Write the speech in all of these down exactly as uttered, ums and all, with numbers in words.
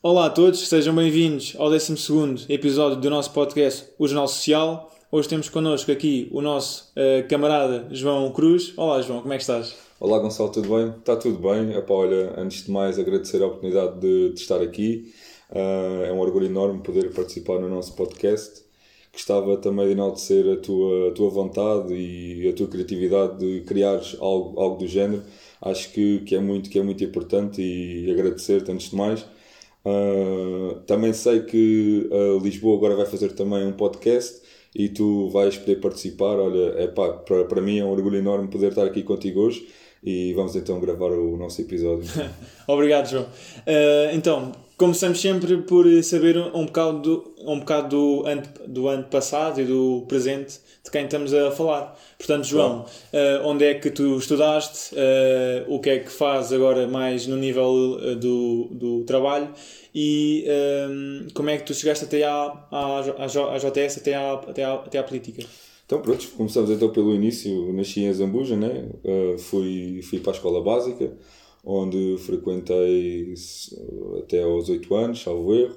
Olá a todos, sejam bem-vindos ao décimo segundo episódio do nosso podcast O Jornal Social. Hoje temos connosco aqui o nosso uh, camarada João Cruz. Olá João, como é que estás? Olá Gonçalo, tudo bem? Está tudo bem. Epá, olha, antes de mais agradecer a oportunidade de, de estar aqui. Uh, é um orgulho enorme poder participar no nosso podcast. Gostava também de enaltecer a tua, a tua vontade e a tua criatividade de criares algo, algo do género. Acho que, que, é muito, que é muito importante e agradecer-te antes de mais. Uh, também sei que uh, Lisboa agora vai fazer também um podcast e tu vais poder participar. Olha, é pá, para, para mim é um orgulho enorme poder estar aqui contigo hoje e vamos então gravar o nosso episódio. Obrigado, João. Uh, então, começamos sempre por saber um bocado do, um bocado do, ano, do ano passado e do presente de quem estamos a falar. Portanto, João, uh, onde é que tu estudaste, uh, o que é que fazes agora mais no nível uh, do, do trabalho e um, como é que tu chegaste até à, à, à J S, até à, até, à, até à política? Então pronto, começamos então pelo início. Nasci em Zambuja, né? Uh, fui, fui para a escola básica, onde frequentei até aos oito anos, salvo erro.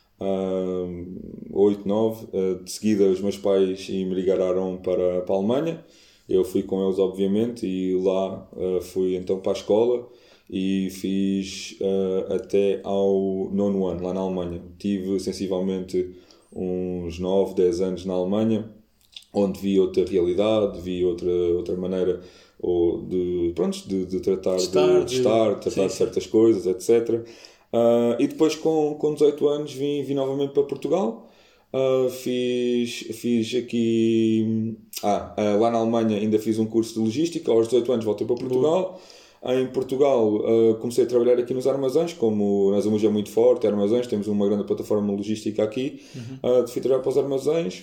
oito, nove. Uh, de seguida os meus pais emigraram para, para a Alemanha. Eu fui com eles, obviamente, e lá uh, fui então para a escola e fiz uh, até ao nono ano, lá na Alemanha. Tive sensivelmente uns nove, dez anos na Alemanha, onde vi outra realidade, vi outra, outra maneira ou de, pronto, de, de tratar estar, de, de estar, de tratar sim, de certas sim. coisas, etcétera. Uh, e depois com, com dezoito anos vim, vim novamente para Portugal. Uh, fiz, fiz aqui... Ah, uh, lá na Alemanha ainda fiz um curso de logística. Aos dezoito anos voltei para Portugal. Uh, em Portugal uh, comecei a trabalhar aqui nos armazéns, como na Zambuja é muito forte, armazéns, temos uma grande plataforma logística aqui. Uhum. Uh, fui trabalhar para os armazéns,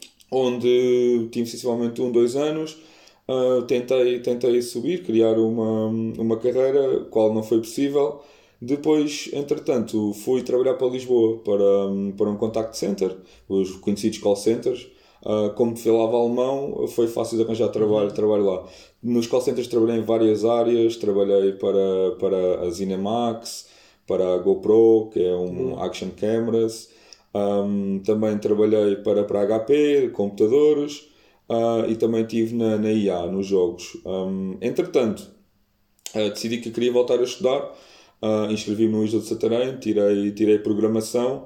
onde tive sensivelmente um, dois anos. Uh, tentei, tentei subir, criar uma, uma carreira, qual não foi possível. Depois, entretanto, fui trabalhar para Lisboa, para, para um contact center, os conhecidos call centers. Uh, como falava alemão, foi fácil de arranjar trabalho, uhum. trabalho lá. Nos call centers trabalhei em várias áreas, trabalhei para, para a Cinemax, para a GoPro, que é um uhum. Action Cameras. Um, também trabalhei para, para a H P, computadores, uh, e também estive na, na I A, nos jogos. Um, entretanto, uh, decidi que queria voltar a estudar, uh, inscrevi-me no I S O de Santarém, tirei, tirei programação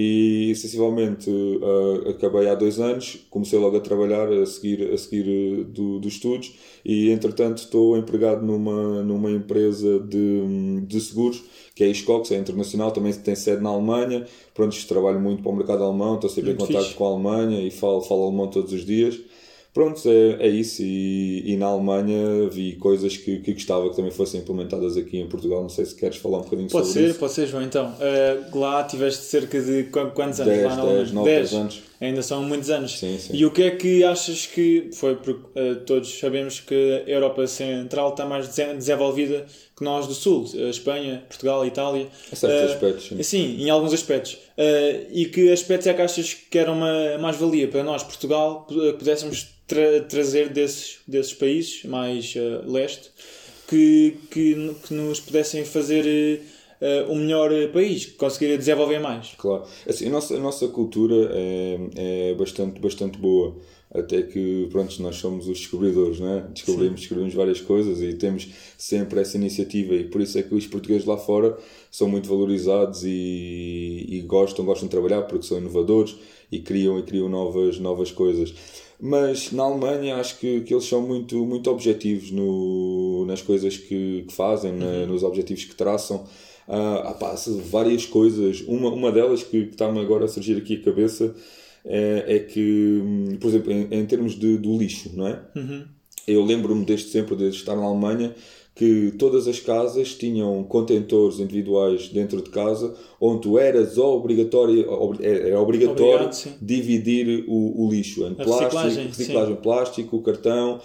e, sensivelmente, uh, acabei há dois anos, comecei logo a trabalhar, a seguir, a seguir uh, do, dos estudos e, entretanto, estou empregado numa, numa empresa de, de seguros, que é a Hiscox, é internacional, também tem sede na Alemanha. Pronto, trabalho muito para o mercado alemão, estou sempre muito em contato com a Alemanha e falo, falo alemão todos os dias. Pronto, é, é isso. E, e na Alemanha vi coisas que, que gostava que também fossem implementadas aqui em Portugal. Não sei se queres falar um bocadinho pode sobre ser, isso. Pode ser, João. Então, uh, lá tiveste cerca de quantos anos? dez, lá na dez, nove, dez anos. Ainda são muitos anos. Sim, sim. E o que é que achas que foi? Porque uh, todos sabemos que a Europa Central está mais desenvolvida que nós do Sul, a Espanha, Portugal, Itália. Em certos uh, aspectos, sim. Sim, em alguns aspectos. Uh, e que aspectos é que achas que era uma mais-valia para nós, Portugal, que pudéssemos tra- trazer desses, desses países mais uh, leste, que, que, que nos pudessem fazer uh, um melhor país, que conseguiria desenvolver mais? Claro. Assim, a, nossa, a nossa cultura é, é bastante, bastante boa. Até que, pronto, nós somos os descobridores, não é? Descobrimos, descobrimos várias coisas e temos sempre essa iniciativa e por isso é que os portugueses lá fora são muito valorizados e, e gostam, gostam de trabalhar porque são inovadores e criam, e criam novas, novas coisas. Mas na Alemanha acho que, que eles são muito, muito objetivos no, nas coisas que, que fazem, uhum. na, nos objetivos que traçam. Ah, pá, várias coisas. Uma, uma delas que, que está-me agora a surgir aqui a cabeça é, é que, por exemplo, em, em termos de, do lixo, não é? Uhum. Eu lembro-me desde sempre de estar na Alemanha que todas as casas tinham contentores individuais dentro de casa onde tu eras obrigatório, era obrigatório Obrigado, dividir o, o lixo em a plástico, reciclagem, reciclagem plástico, cartão,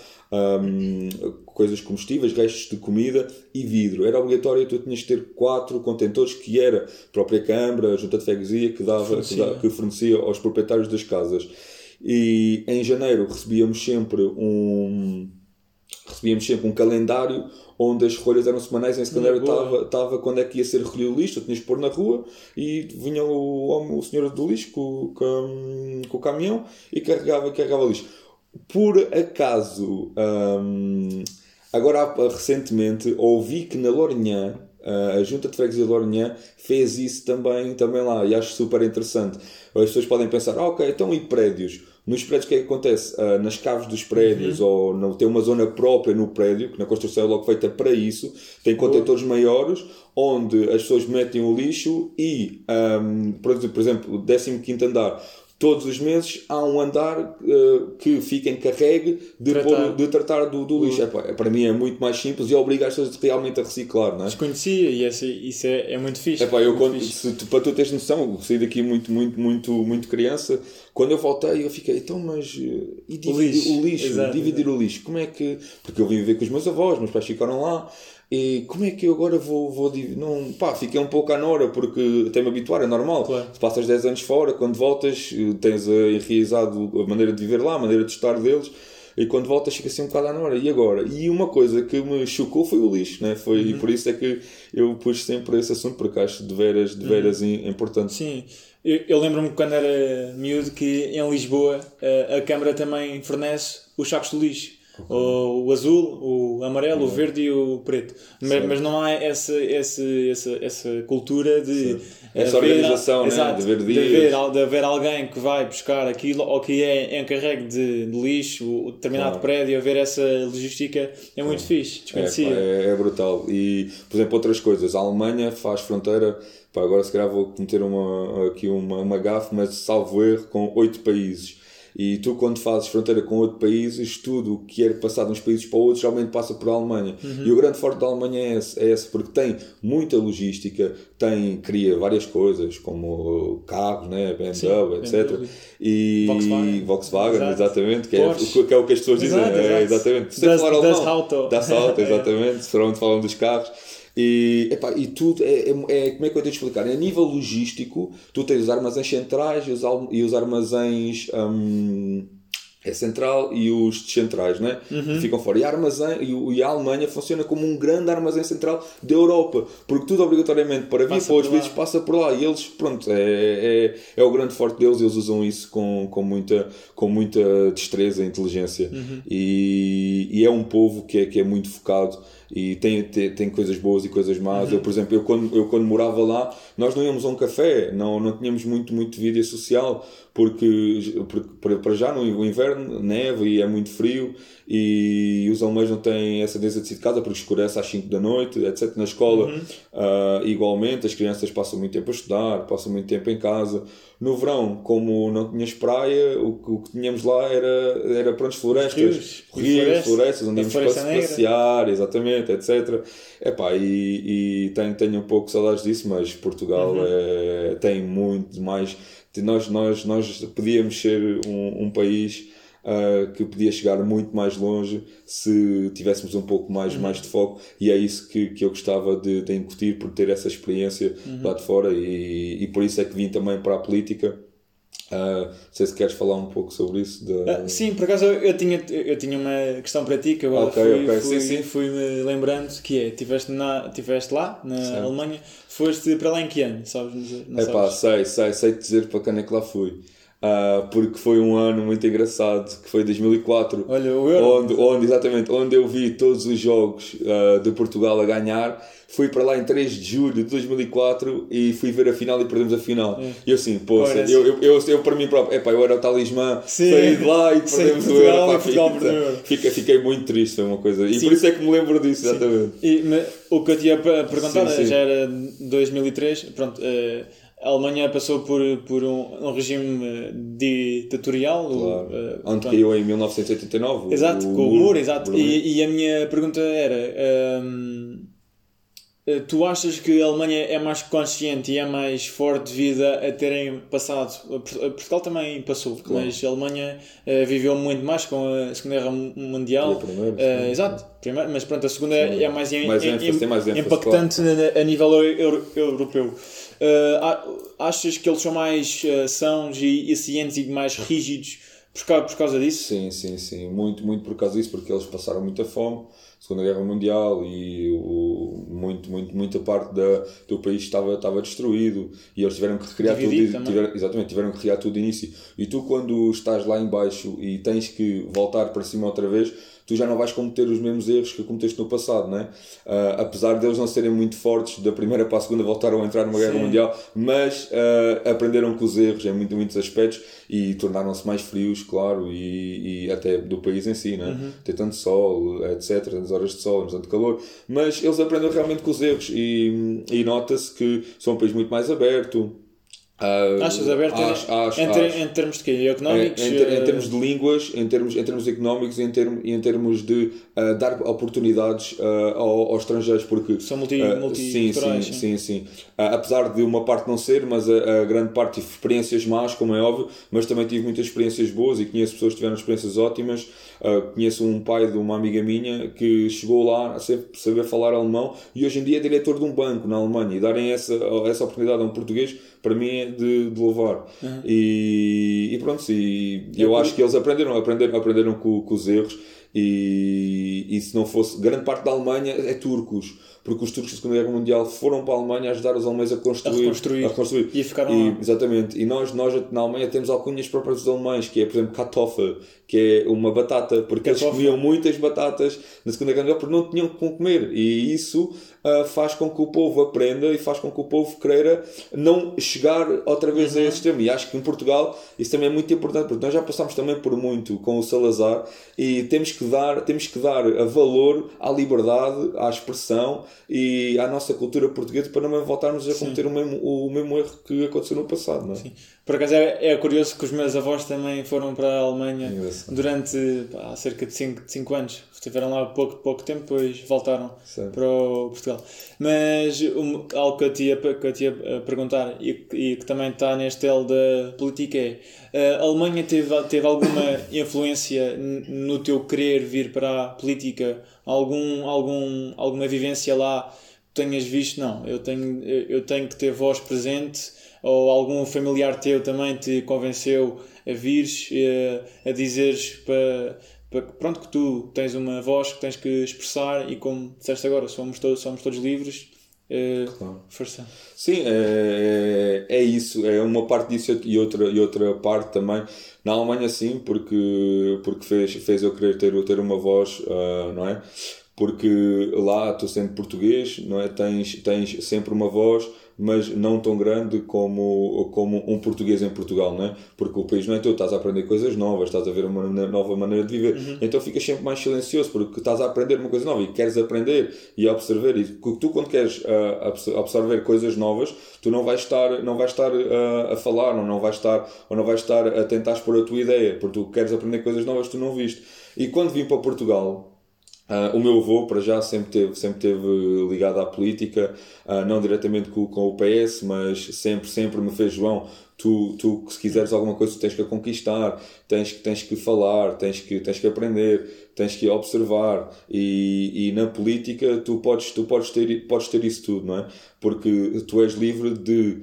um, coisas comestíveis, restos de comida e vidro. Era obrigatório, tu tinhas de ter quatro contentores que era a própria Câmara, a Junta de Freguesia que, dava, fornecia. que, dava, que fornecia aos proprietários das casas. E em janeiro recebíamos sempre um... recebíamos sempre um calendário onde as recolhas eram semanais, em secundário estava, estava quando é que ia ser recolhido o lixo, tu tinhas de pôr na rua e vinha o homem, o senhor do lixo com, com, com o caminhão e carregava, carregava o lixo. Por acaso, hum, agora recentemente ouvi que na Lourinhã, a Junta de Freguesia de Lourinhã fez isso também, também lá, e acho super interessante. As pessoas podem pensar, ah, ok, então e prédios? Nos prédios o que é que acontece? Uh, nas caves dos prédios, uhum. ou não, tem uma zona própria no prédio, que na construção é logo feita para isso, tem contentores maiores, onde as pessoas metem o lixo e, um, por exemplo, o décimo quinto andar, todos os meses há um andar uh, que fica encarregue de tratar, pôr, de tratar do, do lixo. É, pá, para mim é muito mais simples e obriga as pessoas realmente a reciclar, não é? Desconhecia e essa, isso é, é muito fixe. É, pá, eu muito quando, fixe. Se, tu, para tu teres noção, eu saí daqui muito, muito, muito, muito criança. Quando eu voltei, eu fiquei, então, mas uh, e dividir o lixo? O lixo exato, dividir exato. o lixo, como é que. Porque eu vim viver com os meus avós, meus pais ficaram lá. E como é que eu agora vou... vou não, pá, fiquei um pouco à nora porque até me habituar, é normal. Claro. Se passas dez anos fora, quando voltas, tens enraizado a maneira de viver lá, a maneira de estar deles. E quando voltas fica assim um bocado à nora. E agora? E uma coisa que me chocou foi o lixo, né? Foi, uhum. E por isso é que eu pus sempre esse assunto, porque acho de veras, de veras uhum. importante. Sim. Eu, eu lembro-me quando era miúdo que em Lisboa a, a Câmara também fornece os sacos de lixo. Okay. O, o azul, o amarelo, uhum. o verde e o preto. Mas, mas não há essa, essa, essa, essa cultura de essa haver, organização, exato, né? de, haver dias. De, haver, de haver alguém que vai buscar aquilo ou que é encarregue de, de lixo, o determinado claro. prédio, haver essa logística é muito claro. fixe, desconhecia. É, é, é brutal. E, por exemplo, outras coisas. A Alemanha faz fronteira, pá, agora se calhar vou cometer uma, aqui uma, uma gafe, mas salvo erro, com oito países. E tu, quando fazes fronteira com outro país, tudo o que é passado de uns países para outros geralmente passa por a Alemanha. Uhum. E o grande forte da Alemanha é esse, é esse, porque tem muita logística, tem, cria várias coisas, como carros, né, B M W, Sim, etcétera. E Volkswagen, Volkswagen exatamente, que é, o, que é o que as pessoas dizem. Exato, é, exatamente. Das, das Auto. Das Auto, exatamente. Provavelmente falam dos carros. E, epá, e tudo é, é, é, como é que eu tenho de explicar? A nível logístico, tu tens os armazéns centrais e os, e os armazéns hum, é central e os descentrais, né? Uhum. Ficam fora. E a, armazém, e, o, e a Alemanha funciona como um grande armazém central da Europa, porque tudo obrigatoriamente para vir para outros países passa por lá. E eles, pronto, é, é, é o grande forte deles, eles usam isso com, com, muita, com muita destreza e inteligência. Uhum. E, e é um povo que é, que é muito focado. E tem, tem, tem coisas boas e coisas más. Uhum. Eu, por exemplo, eu quando, eu quando morava lá, nós não íamos a um café, não, não tínhamos muito, muito vida social, porque, porque para já no inverno neve e é muito frio, e os alemães não têm essa tendência de sair de casa porque escurece às cinco da noite, etcétera. Na escola, uhum. uh, igualmente, as crianças passam muito tempo a estudar, passam muito tempo em casa. No verão, como não tinhas praia, o, o que tínhamos lá era, era pronto, florestas, rios, rios florestas, florestas, onde íamos para passear, exatamente, etcétera. Epá, e, e tenho, tenho um pouco saudades disso, mas Portugal uhum. é, tem muito mais. Nós, nós, nós podíamos ser um, um país uh, que podia chegar muito mais longe se tivéssemos um pouco mais, uhum. mais de foco, e é isso que, que eu gostava de, de incutir, por ter essa experiência uhum. lá de fora, e, e por isso é que vim também para a política. Uh, não sei se queres falar um pouco sobre isso. De... Uh, sim, por acaso eu, eu, tinha, eu tinha uma questão para ti que agora okay, fui, okay. fui, sim, sim. fui-me lembrando, que é, estiveste tiveste lá na sim. Alemanha, foste para lá em que ano? Sabes? Não é pá, sei, sei, sei dizer para quando é que lá fui. Uh, porque foi um ano muito engraçado, que foi dois mil e quatro. Olha, o Euro. Onde, onde, exatamente, onde eu vi todos os jogos uh, de Portugal a ganhar. Fui para lá em três de julho de dois mil e quatro e fui ver a final e perdemos a final. É. E eu assim, pô, eu, eu, eu, eu para mim próprio, epá, eu era o talismã, saí de lá e perdemos o Euro. Pá, fiquei, fiquei, fiquei muito triste, foi uma coisa. E sim. por isso é que me lembro disso, exatamente. E, mas, o que eu tinha a perguntar sim, sim. já era dois mil e três, pronto. Uh, a Alemanha passou por, por um, um regime ditatorial. Claro. Uh, onde caiu em mil novecentos e oitenta e nove. Exato, o, com o muro, exato. E, e a minha pergunta era... Um, tu achas que a Alemanha é mais consciente e é mais forte devido a terem passado... Portugal também passou, claro. Mas a Alemanha uh, viveu muito mais com a Segunda Guerra Mundial. Primeiro, uh, exato, primeiro, mas pronto, a Segunda sim. é mais, mais em, ênfase, mais ênfase, impactante claro. a, a nível euro, europeu. Uh, achas que eles são mais uh, sãos e, e cientes e mais rígidos por causa, por causa disso? Sim, sim, sim. Muito, muito por causa disso, porque eles passaram muita fome, Segunda Guerra Mundial, e o, muito, muito, muita parte da, do país estava, estava destruído, e eles tiveram que recriar Dividido tudo. Tiveram, exatamente, tiveram que recriar tudo de início. E tu, quando estás lá em baixo e tens que voltar para cima outra vez, tu já não vais cometer os mesmos erros que cometeste no passado, não é? Uh, apesar de eles não serem muito fortes, da primeira para a segunda voltaram a entrar numa guerra mundial, mas uh, aprenderam com os erros em muito, muitos aspectos e tornaram-se mais frios, claro, e, e até do país em si, não é? Uhum. Tem tanto sol, etcétera, tantas horas de sol, tanto calor, mas eles aprendem realmente com os erros e, e nota-se que são um país muito mais aberto. Uh, Achas aberto acho, acho, em, ter, acho. em termos de quê? Económicos? Em, em, ter, em termos de línguas, em termos, em termos económicos e em, term, em termos de uh, dar oportunidades uh, aos, aos estrangeiros, porque são multi, uh, multiculturais. Sim, sim, sim, sim. Uh, apesar de uma parte não ser, mas a, a grande parte tive experiências más, como é óbvio, mas também tive muitas experiências boas e conheço pessoas que tiveram experiências ótimas. Uh, conheço um pai de uma amiga minha que chegou lá a saber falar alemão e hoje em dia é diretor de um banco na Alemanha, e darem essa, essa oportunidade a um português, para mim é de, de louvar. Uhum. E, e pronto, e eu, eu acho que eles aprenderam, aprenderam, aprenderam com, com os erros, e, e se não fosse, grande parte da Alemanha é turcos, porque os turcos da Segunda Guerra Mundial foram para a Alemanha ajudar os alemães a construir, a reconstruir, a reconstruir. E ficaram e, lá. Exatamente, e nós, nós na Alemanha temos alcunhas próprias dos alemães, que é, por exemplo, Kartoffel, que é uma batata, porque Kartoffel. Eles comiam muitas batatas na Segunda Guerra Mundial porque não tinham com comer, e isso uh, faz com que o povo aprenda e faz com que o povo queira não chegar outra vez uhum. a esse sistema. E acho que em Portugal isso também é muito importante, porque nós já passámos também por muito com o Salazar, e temos que dar, temos que dar a valor à liberdade, à expressão e à nossa cultura portuguesa, para não voltarmos a cometer o mesmo, o mesmo erro que aconteceu no passado, não é? Sim. Por acaso é, é curioso que os meus avós também foram para a Alemanha durante pá, cerca de cinco anos. Estiveram lá pouco, pouco tempo, depois voltaram Sim. para o Portugal. Mas um, algo que eu tinha, que eu tinha a perguntar e, e que também está neste L da política é: a Alemanha teve, teve alguma influência no teu querer vir para a política? Algum, algum, alguma vivência lá que tenhas visto? Não, eu tenho, eu tenho que ter voz presente. Ou algum familiar teu também te convenceu a vires, a, a dizeres para, para, pronto, que tu tens uma voz que tens que expressar, e como disseste agora, somos todos, somos todos livres. É, claro. Força. Sim, é, é isso, é uma parte disso e outra, e outra parte também. Na Alemanha sim, porque, porque fez, fez eu querer ter, ter uma voz, uh, não é? Porque lá, tu sendo português, não é? Tens, tens sempre uma voz, mas não tão grande como, como um português em Portugal, não é? Porque o país não é teu, estás a aprender coisas novas, estás a ver uma nova maneira de viver, uhum. então ficas sempre mais silencioso, porque estás a aprender uma coisa nova e queres aprender e absorver, e tu quando queres uh, absorver coisas novas, tu não vais estar, não vais estar uh, a falar, ou não vais estar, ou não vais estar a tentar expor a tua ideia, porque tu queres aprender coisas novas que tu não viste. E quando vim para Portugal, Uh, o meu avô, para já, sempre teve, sempre teve ligado à política, uh, não diretamente com, com o P S, mas sempre, sempre me fez: João, tu, tu se quiseres alguma coisa, tu tens que a conquistar, tens, tens que falar, tens que, tens que aprender, tens que observar, e, e na política tu podes, tu podes, ter, podes ter isso tudo, não é? Porque tu és livre de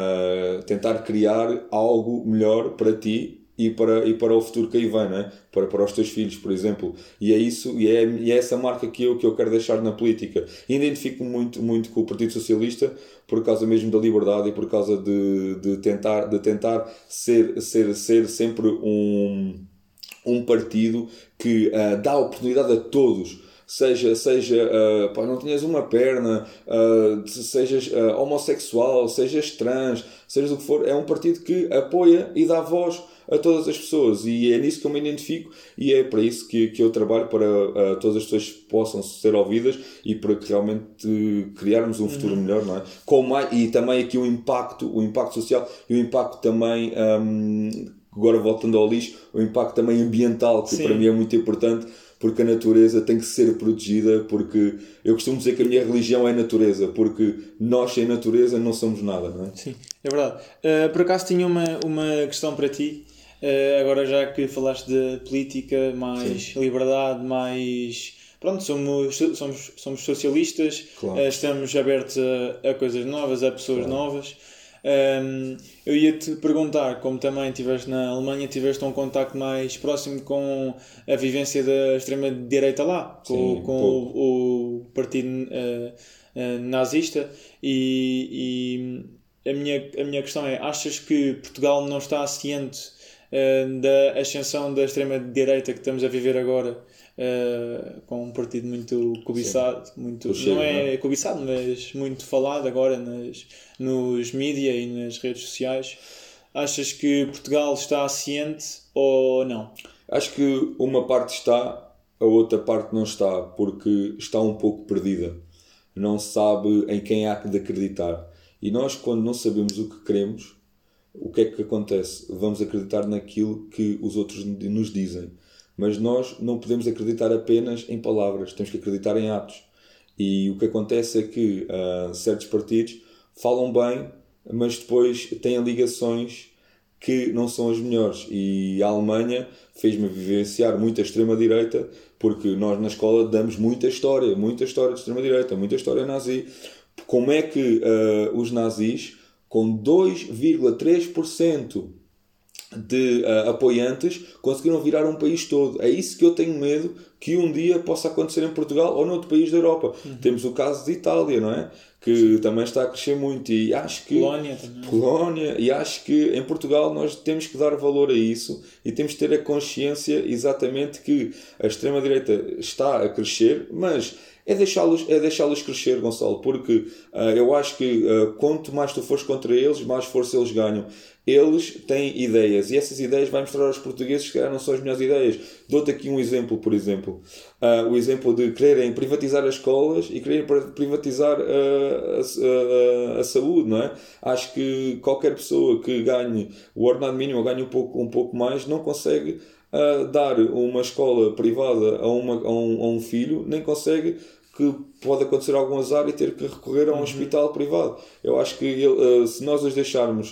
uh, tentar criar algo melhor para ti e para, e para o futuro que aí vem, não é? Para, para os teus filhos, por exemplo. E é isso, e é, e é essa marca que eu, que eu quero deixar na política. E identifico-me muito, muito com o Partido Socialista, por causa mesmo da liberdade e por causa de, de tentar, de tentar ser, ser, ser sempre um, um partido que uh, dá oportunidade a todos. Seja, seja uh, pá, não tinhas uma perna, uh, sejas uh, homossexual, sejas trans, sejas o que for, é um partido que apoia e dá voz a todas as pessoas, e é nisso que eu me identifico, e é para isso que, que eu trabalho, para uh, todas as pessoas possam ser ouvidas e para que realmente uh, criarmos um futuro uhum. melhor, não é? Com mais, e também aqui o impacto, o impacto social e o impacto também, um, agora voltando ao lixo, o impacto também ambiental, que Sim. para mim é muito importante, porque a natureza tem que ser protegida, porque eu costumo dizer que a minha religião é a natureza, porque nós sem natureza não somos nada, não é? Sim, é verdade. Uh, por acaso tinha uma, uma questão para ti, uh, agora já que falaste de política, mais Sim. liberdade, mais... Pronto, somos, somos, somos socialistas, claro. uh, estamos abertos a, a coisas novas, a pessoas claro. novas. Um, eu ia-te perguntar, como também estiveste na Alemanha, tiveste um contacto mais próximo com a vivência da extrema-direita lá, com, Sim, com o, o partido uh, uh, nazista, e, e a, minha, a minha questão é, achas que Portugal não está ciente uh, da ascensão da extrema-direita que estamos a viver agora? Uh, com um partido muito cobiçado, muito, Chega, não é não é? cobiçado, mas muito falado agora nas, nos mídia e nas redes sociais. Achas que Portugal está ciente ou não? Acho que uma parte está, a outra parte não está, porque está um pouco perdida. Não sabe em quem há de acreditar. E nós, quando não sabemos o que queremos, o que é que acontece? Vamos acreditar naquilo que os outros nos dizem. Mas nós não podemos acreditar apenas em palavras, temos que acreditar em atos. E o que acontece é que uh, certos partidos falam bem, mas depois têm ligações que não são as melhores. E a Alemanha fez-me vivenciar muita extrema-direita, porque nós na escola damos muita história, muita história de extrema-direita, muita história nazi. Como é que uh, os nazis, com dois vírgula três por cento de uh, apoiantes, conseguiram virar um país todo? É isso que eu tenho medo que um dia possa acontecer em Portugal ou noutro país da Europa. Uhum. Temos o caso de Itália, não é? Que Sim. também está a crescer muito, e acho que Polónia também. Polónia, e acho que em Portugal nós temos que dar valor a isso e temos que ter a consciência exatamente que a extrema-direita está a crescer, mas é deixá-los, é deixá-los crescer, Gonçalo, porque uh, eu acho que uh, quanto mais tu fores contra eles, mais força eles ganham. Eles têm ideias, e essas ideias vai mostrar aos portugueses que não são as melhores ideias. Dou-te aqui um exemplo, por exemplo. Uh, o exemplo de quererem privatizar as escolas e quererem privatizar uh, a, a, a saúde, não é? Acho que qualquer pessoa que ganhe o ordenado mínimo ou ganhe um pouco, um pouco mais não consegue uh, dar uma escola privada a, uma, a, um, a um filho, nem consegue, que pode acontecer algum azar e ter que recorrer a um uhum. hospital privado. Eu acho que ele, uh, se nós os deixarmos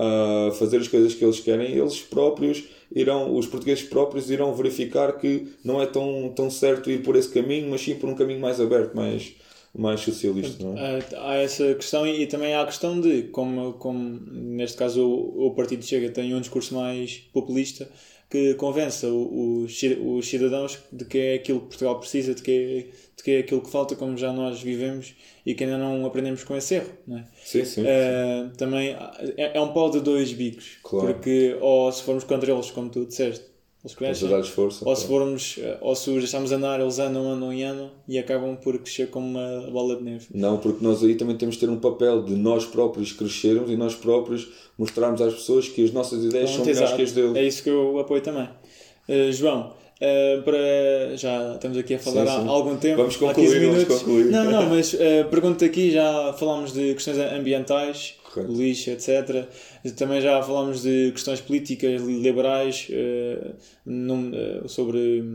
a fazer as coisas que eles querem, eles próprios irão, os portugueses próprios irão verificar que não é tão, tão certo ir por esse caminho, mas sim por um caminho mais aberto, mais, mais socialista, não é? Há essa questão, e também há a questão de, como, como neste caso o, o Partido Chega tem um discurso mais populista, que convença os, os cidadãos de que é aquilo que Portugal precisa, de que é, de que é aquilo que falta, como já nós vivemos e que ainda não aprendemos com esse erro, não é? Sim, sim. Uh, também é, é um pau de dois bicos, claro. Porque ou se formos contra eles, como tu disseste, eles crescem, força, ou se formos, ou se os deixarmos andar, eles andam, andam e andam e acabam por crescer como uma bola de neve. Não, porque nós aí também temos de ter um papel de nós próprios crescermos e nós próprios mostrarmos às pessoas que as nossas ideias Pronto, são melhores exato. que as deles. É isso que eu apoio também. Uh, João, uh, para... já estamos aqui a falar sim, sim. há algum tempo. Vamos concluir, vamos concluir. Não, não, mas uh, pergunto-te aqui, já falámos de questões ambientais, Correto. lixo, etcétera. Também já falámos de questões políticas, liberais, uh, num, uh, sobre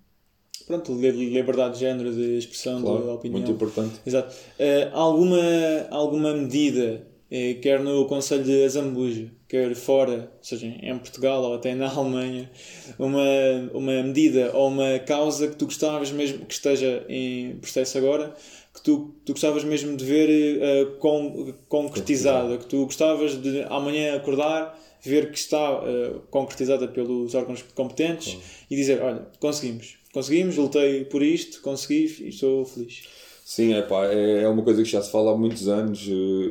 pronto, liberdade de género, de expressão, claro, de opinião. Muito importante. Exato. Uh, alguma, alguma medida, eh, quer no Conselho de Azambuja, quer fora, ou seja, em Portugal ou até na Alemanha, uma, uma medida ou uma causa que tu gostavas mesmo que esteja em processo agora, que tu, tu gostavas mesmo de ver uh, con, concretizada, que tu gostavas de amanhã acordar, ver que está uh, concretizada pelos órgãos competentes claro. E dizer, olha, conseguimos, conseguimos, lutei por isto, consegui e estou feliz. Sim, é pá, é uma coisa que já se fala há muitos anos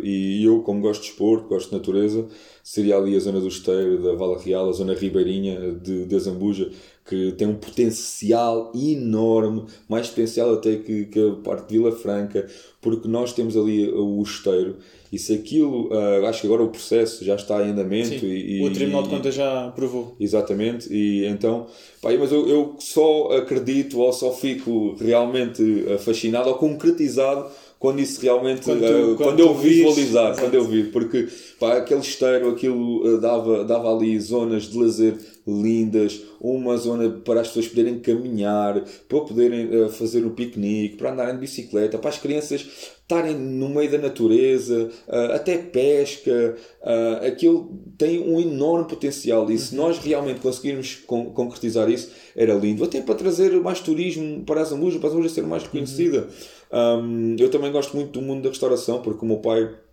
e eu, como gosto de esporte, gosto de natureza, seria ali a zona do Esteiro, da Vala Real, a zona ribeirinha de, de Azambuja, que tem um potencial enorme, mais potencial até que, que a parte de Vila Franca, porque nós temos ali o Esteiro e se aquilo, uh, acho que agora o processo já está em andamento. Sim, e, o Tribunal de Contas já aprovou. Exatamente, e então, pá, mas eu, eu só acredito ou só fico realmente fascinado ou concretizado quando isso realmente, quando, uh, quando, quando eu visualizar, quando eu vir, porque pá, aquele esteiro, aquilo uh, dava, dava ali zonas de lazer lindas, uma zona para as pessoas poderem caminhar, para poderem uh, fazer um piquenique, para andarem de bicicleta, para as crianças estarem no meio da natureza, uh, até pesca, uh, aquilo tem um enorme potencial e se nós realmente conseguirmos con- concretizar isso, era lindo, até para trazer mais turismo para a Azambuja, para a Azambuja ser mais reconhecida. Um, eu também gosto muito do mundo da restauração, porque o meu pai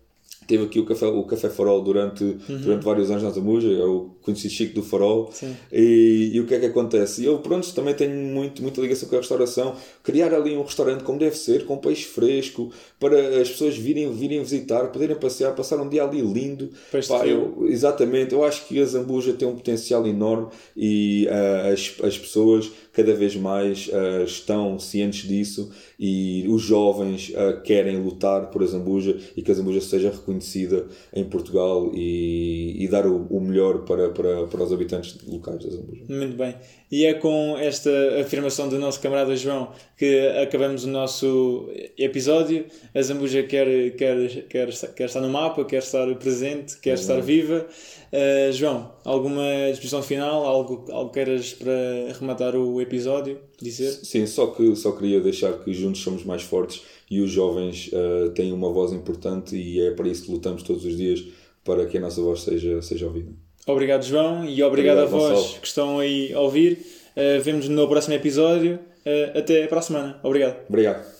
Teve aqui o Café, o Café Farol durante, uhum. durante vários anos na Zambuja, eu conheci Chico do Farol. E, e o que é que acontece? Eu, pronto, também tenho muito, muita ligação com a restauração. Criar ali um restaurante como deve ser, com peixe fresco, para as pessoas virem, virem visitar, poderem passear, passar um dia ali lindo. Pá, eu, exatamente, eu acho que a Zambuja tem um potencial enorme e uh, as, as pessoas cada vez mais uh, estão cientes disso e os jovens uh, querem lutar por a Zambuja e que a Zambuja seja reconhecida em Portugal e, e dar o, o melhor para, para, para os habitantes locais da Zambuja. Muito bem. E é com esta afirmação do nosso camarada João que acabamos o nosso episódio. A Zambuja quer, quer, quer, quer estar no mapa, quer estar presente, quer é estar viva. Uh, João, alguma disposição final? Algo, algo queiras para rematar o episódio? Dizer? Sim, só, que, só queria deixar que juntos somos mais fortes e os jovens uh, têm uma voz importante e é para isso que lutamos todos os dias, para que a nossa voz seja, seja ouvida. Obrigado, João, e obrigado, obrigado a vós Gonçalo. Que estão aí a ouvir. Uh, vemos no próximo episódio. Uh, até para a semana. Obrigado. Obrigado.